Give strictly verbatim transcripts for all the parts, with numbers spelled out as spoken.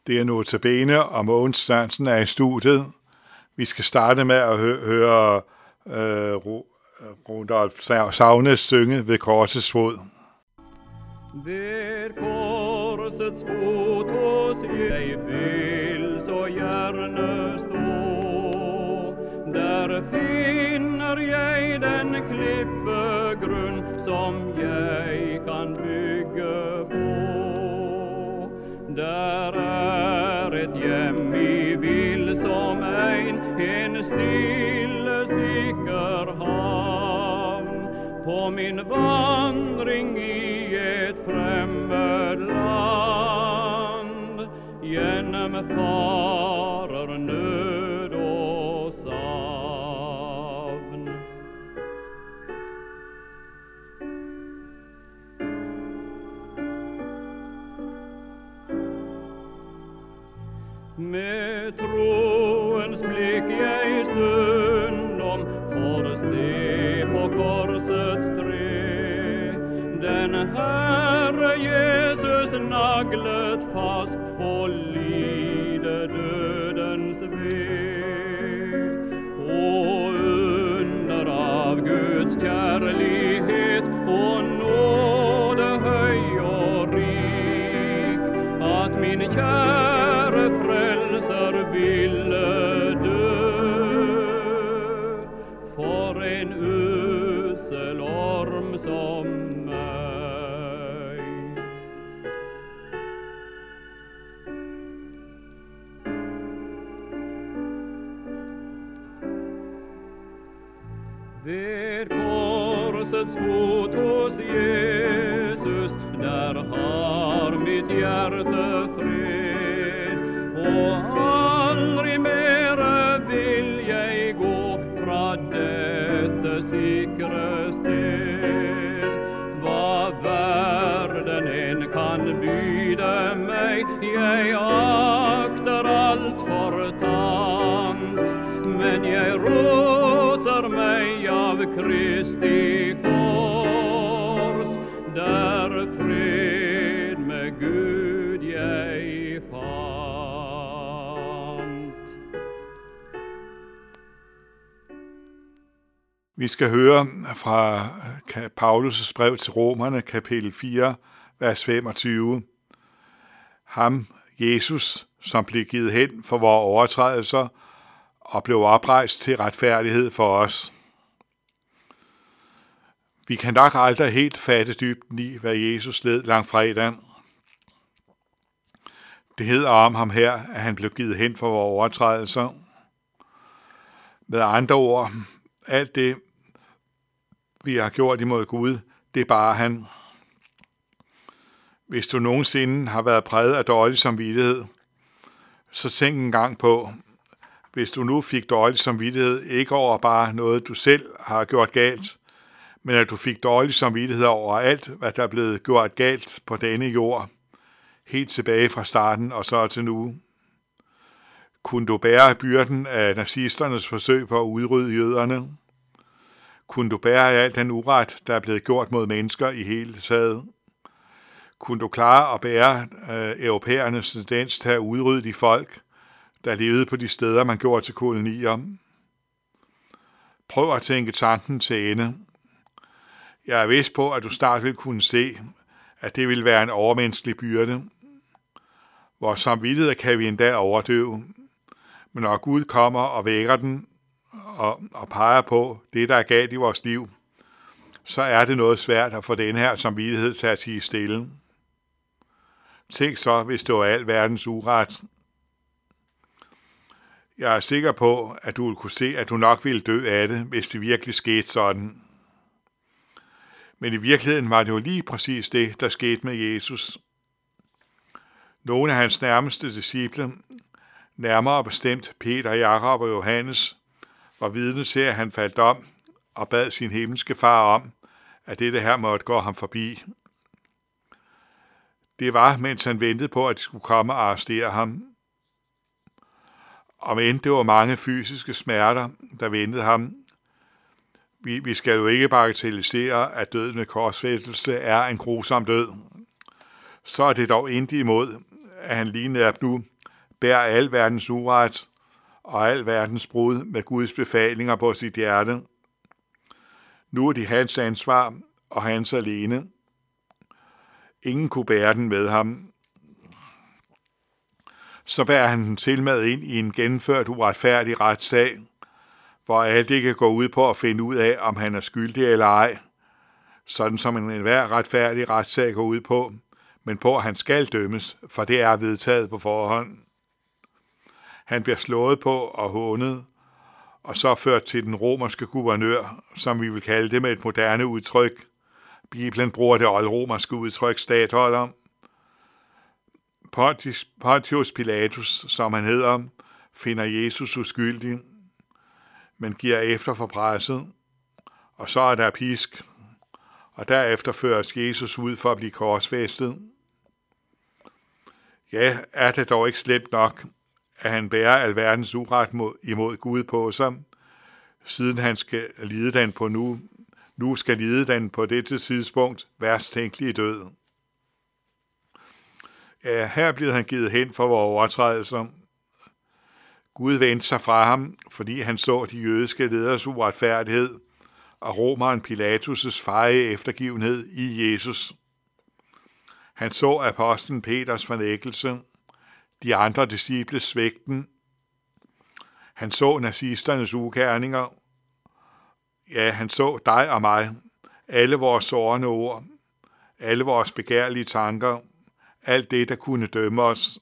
Det er notabene, og Mogens Sørensen er i studiet. Vi skal starte med at hø- høre øh, Rudolf Savnes synge Ved korsets fod. Ved korsets fod hos jeg vil så gerne stå. Der finder jeg den klippegrund, som jeg kan bygge på. Der er et hjem i vild som ein, en stille sikker havn. På min vandring i et fremmed land, gennemfarer nød og savn. Med troens blikk jeg stundom får se på korsets tre, den Herre Jesus naglet fast og lide dødens ved. Og under av Guds kjærlighet og nåde høy og rik, at min kjære frelser ville dø for en usel orm som mig. Ved korsets fot hos Jesus, der har mitt hjerte fred, og aldri mere vil jeg gå fra dette sikre sted. Hva verden en kan byde meg, jeg akter alt fortant, men jeg roser meg av Kristi kors, der fred med Gud jeg fant. Vi skal høre fra Paulus' brev til Romerne, kapitel fire, vers femogtyve. Ham, Jesus, som blev givet hen for vores overtrædelser og blev oprejst til retfærdighed for os. Vi kan nok aldrig helt fatte dybden i, hvad Jesus led langfredag. Det hedder om ham her, at han blev givet hen for vores overtrædelser. Med andre ord, alt det, vi har gjort imod Gud, det er bare han. Hvis du nogensinde har været præget af dårlig samvittighed, så tænk en gang på, hvis du nu fik dårlig samvittighed, ikke over bare noget, du selv har gjort galt, men at du fik dårlig samvittighed over alt, hvad der er blevet gjort galt på denne jord, helt tilbage fra starten og så til nu. Kunne du bære byrden af nazisternes forsøg på at udrydde jøderne? Kunne du bære al den uret, der er blevet gjort mod mennesker i hele taget? Kunne du klare at bære øh, europæernes tendens til at udrydde de folk, der levede på de steder, man gjorde til kolonier? Prøv at tænke tanken til ende. Jeg er vist på, at du snart vil kunne se, at det vil være en overmenneskelig byrde. Vores samvittighed kan vi endda overdøve, men når Gud kommer og vækker den og, og peger på det, der er galt i vores liv, så er det noget svært at få den her samvittighed til at tie stille. Tænk så, hvis det var al verdens uret. Jeg er sikker på, at du vil kunne se, at du nok ville dø af det, hvis det virkelig skete sådan. Men i virkeligheden var det jo lige præcis det, der skete med Jesus. Nogle af hans nærmeste disciple, nærmere bestemt Peter, Jakob og Johannes, var vidne til, at han faldt om og bad sin himmelske far om, at dette her måtte gå ham forbi. Det var, mens han ventede på, at de skulle komme og arrestere ham. Og end det var mange fysiske smerter, der ventede ham. Vi, vi skal jo ikke bagatellisere, at døden med korsfæstelse er en grusom død. Så er det dog intet imod, at han lige netop nu bærer al verdens uret og al verdens brud med Guds befalinger på sit hjerte. Nu er de hans ansvar og hans alene. Ingen kunne bære den med ham. Så bærer han den til med ind i en gennemført uretfærdig retssag, hvor alt ikke går ud på at finde ud af, om han er skyldig eller ej, sådan som en enhver retfærdig retssag går ud på, men på, at han skal dømmes, for det er vedtaget på forhånd. Han bliver slået på og hånet, og så ført til den romerske guvernør, som vi vil kalde det med et moderne udtryk. Bibelen bruger det oldromerske udtryk statholder. Pontius Pilatus, som han hedder, finder Jesus uskyldig, men giver efter for presset, og så er der pisk, og derefter føres Jesus ud for at blive korsfæstet. Ja, er det dog ikke slemt nok, at han bærer alverdens uret mod, imod Gud på sig, siden han skal lide den på nu, nu skal lide den på dette tidspunkt værst tænkelige død. Ja, her bliver han givet hen for vores overtrædelser. Gud vendte sig fra ham, fordi han så de jødiske leders uretfærdighed og romeren Pilatus' feje eftergivenhed i Jesus. Han så apostlen Peters fornægtelse, de andre disciples svigten. Han så nazisternes ugerninger. Ja, han så dig og mig, alle vores sårende ord, alle vores begærlige tanker, alt det, der kunne dømme os.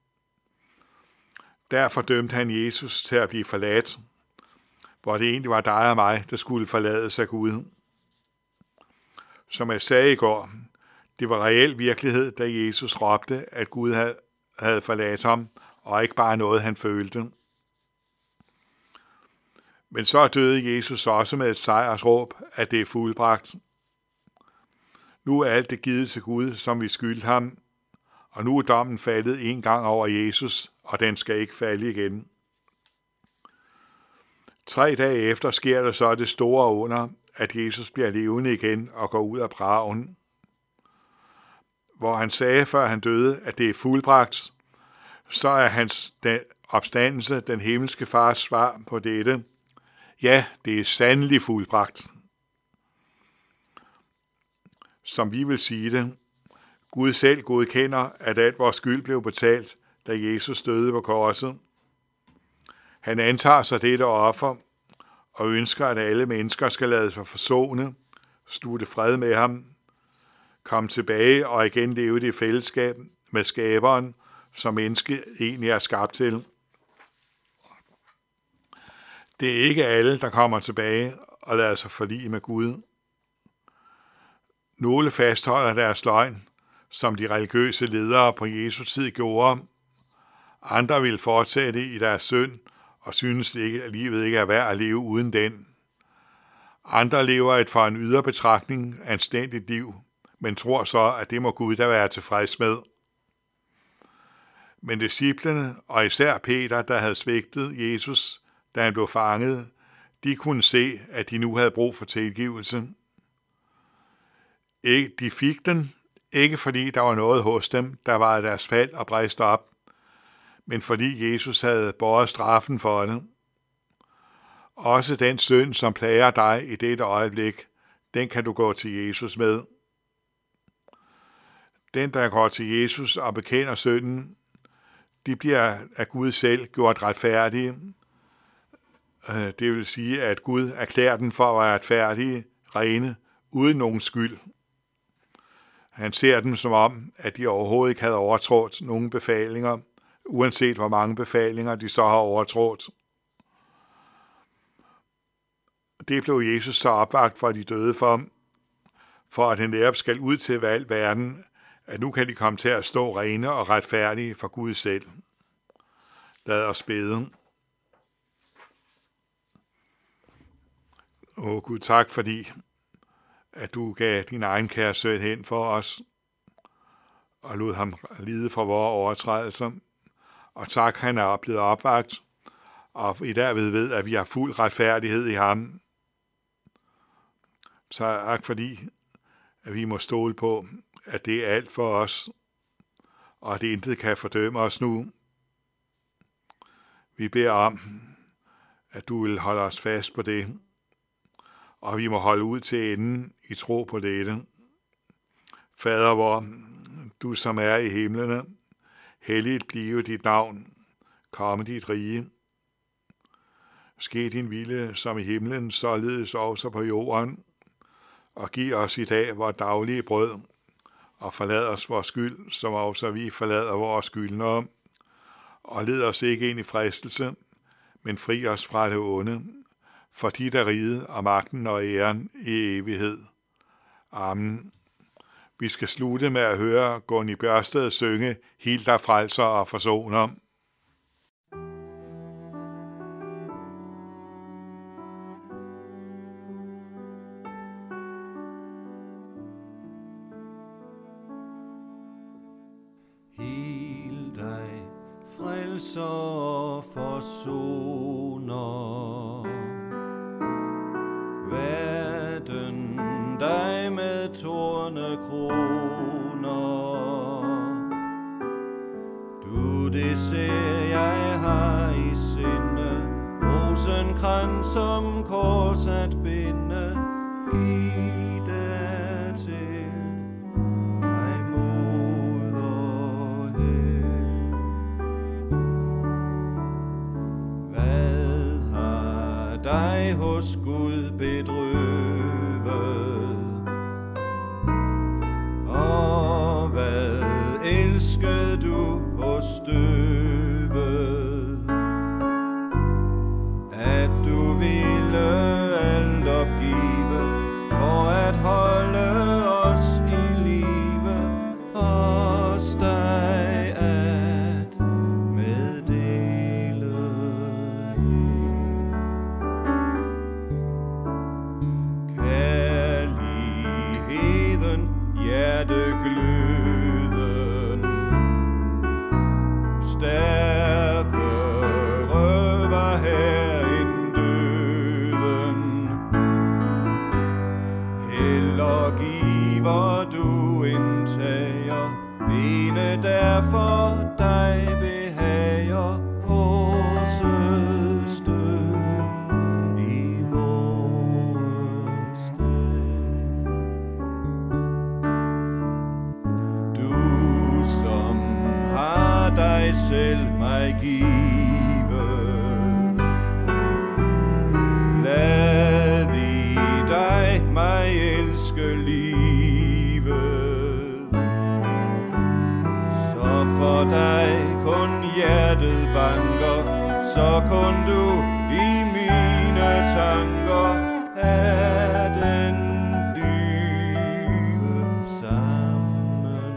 Derfor dømte han Jesus til at blive forladt, hvor det egentlig var dig og mig, der skulle forlades af Gud. Som jeg sagde i går, det var reel virkelighed, da Jesus råbte, at Gud havde forladt ham, og ikke bare noget, han følte. Men så døde Jesus også med et sejrsråb, at det er fuldbragt. Nu er alt det givet til Gud, som vi skyldte ham, og nu er dommen faldet en gang over Jesus, og den skal ikke falde igen. Tre dage efter sker der så det store under, at Jesus bliver levende igen og går ud af graven. Hvor han sagde, før han døde, at det er fuldbragt, så er hans opstandelse den himmelske fars svar på dette. Ja, det er sandelig fuldbragt. Som vi vil sige det, Gud selv godkender, at alt vores skyld blev betalt, da Jesus døde på korset. Han antager sig dette offer og ønsker, at alle mennesker skal lade sig forsone, slutte fred med ham, komme tilbage og igen leve det fællesskab med skaberen, som mennesket egentlig er skabt til. Det er ikke alle, der kommer tilbage og lader sig forlige med Gud. Nogle fastholder deres løgn, som de religiøse ledere på Jesu tid gjorde. Andre vil fortsætte i deres synd og synes ikke, at livet ikke er værd at leve uden den. Andre lever et for en ydre betragtning anstændigt liv, men tror så, at det må Gud da være tilfreds med. Men disciplene, og især Peter, der havde svigtet Jesus, da han blev fanget, de kunne se, at de nu havde brug for tilgivelse. De fik den, ikke fordi der var noget hos dem, der var deres fald og bræst op, men fordi Jesus havde båret straffen for det. Også den synd, som plager dig i dette øjeblik, den kan du gå til Jesus med. Den, der går til Jesus og bekender synden, de bliver af Gud selv gjort retfærdige. Det vil sige, at Gud erklærer den for at være retfærdige, rene, uden nogen skyld. Han ser dem som om, at de overhovedet ikke havde overtrådt nogen befalinger, uanset hvor mange befalinger de så har overtrådt. Det blev Jesus så opvagt for de døde for, for at han netop skal ud til al verden, at nu kan de komme til at stå rene og retfærdige for Gud selv. Lad os bede. Åh Gud, tak fordi, at du gav din egen kære søn hen for os, og lod ham lide for vores overtrædelser. Og tak, han er blevet opvagt, og i derved ved, at vi har fuld retfærdighed i ham. Så tak fordi, at vi må stole på, at det er alt for os, og at det intet kan fordømme os nu. Vi beder om, at du vil holde os fast på det, og vi må holde ud til enden i tro på dette. Fader vor, du som er i himlene, helligt blive dit navn, komme dit rige. Ske din vilje som i himlen, således også på jorden, og giv os i dag vores daglige brød, og forlad os vores skyld, som også vi forlader vores skyldnere, og led os ikke ind i fristelse, men fri os fra det onde, for dit er riget og magten og æren i evighed. Amen. Vi skal slutte med at høre Gunny Bjørsted synge Helt der frelser og forsoner. Helt dig frelser og forsoner, verden dig med tornekroner. Du, det ser jeg har i sinde, rosenkrans som kors at binde. Giv dertil mig mod og held. Hvad har dig hos Gud bedrøvet? Og hvad elskede du hos støvet? At du ville alt opgive for at holde os i live, os dig at meddele. Kærligheden, hjertegløden, stærkere var her end døden. Heller giver du en tager, ene derfor dig behager, korsets død i vores sted. Du som har dig selv mig givet, lad i dig mig elske livet. Så for dig kun hjertet banker, så kun du i mine tanker er den dybe sammenhæng.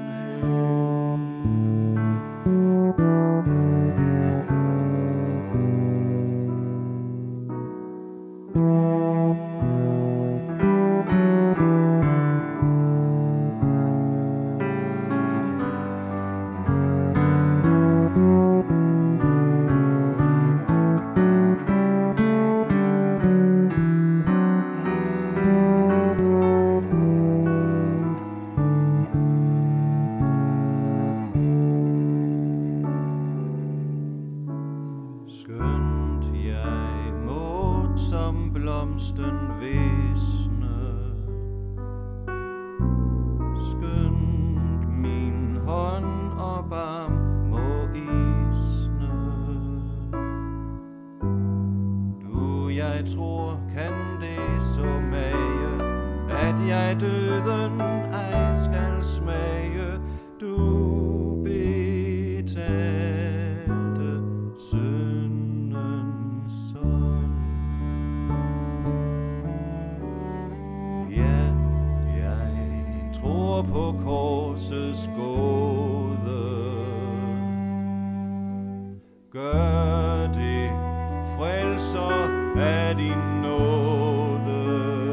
Skønt jeg må som blomsten visne, skønt min hånd og barm må isne. Du, jeg tror, kan det så mage, at jeg døden ej skal smage. Du betalte syndens sold. Ja, jeg tror på korsets gåde. Gør det, frelser af din nåde.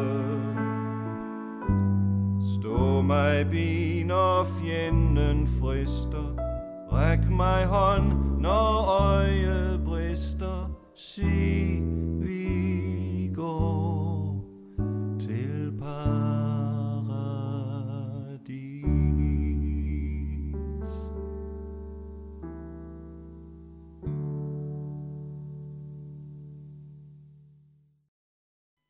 Stå mig bi, når fjenden frister. Ræk mig hånd, når øjet brister. Sig vi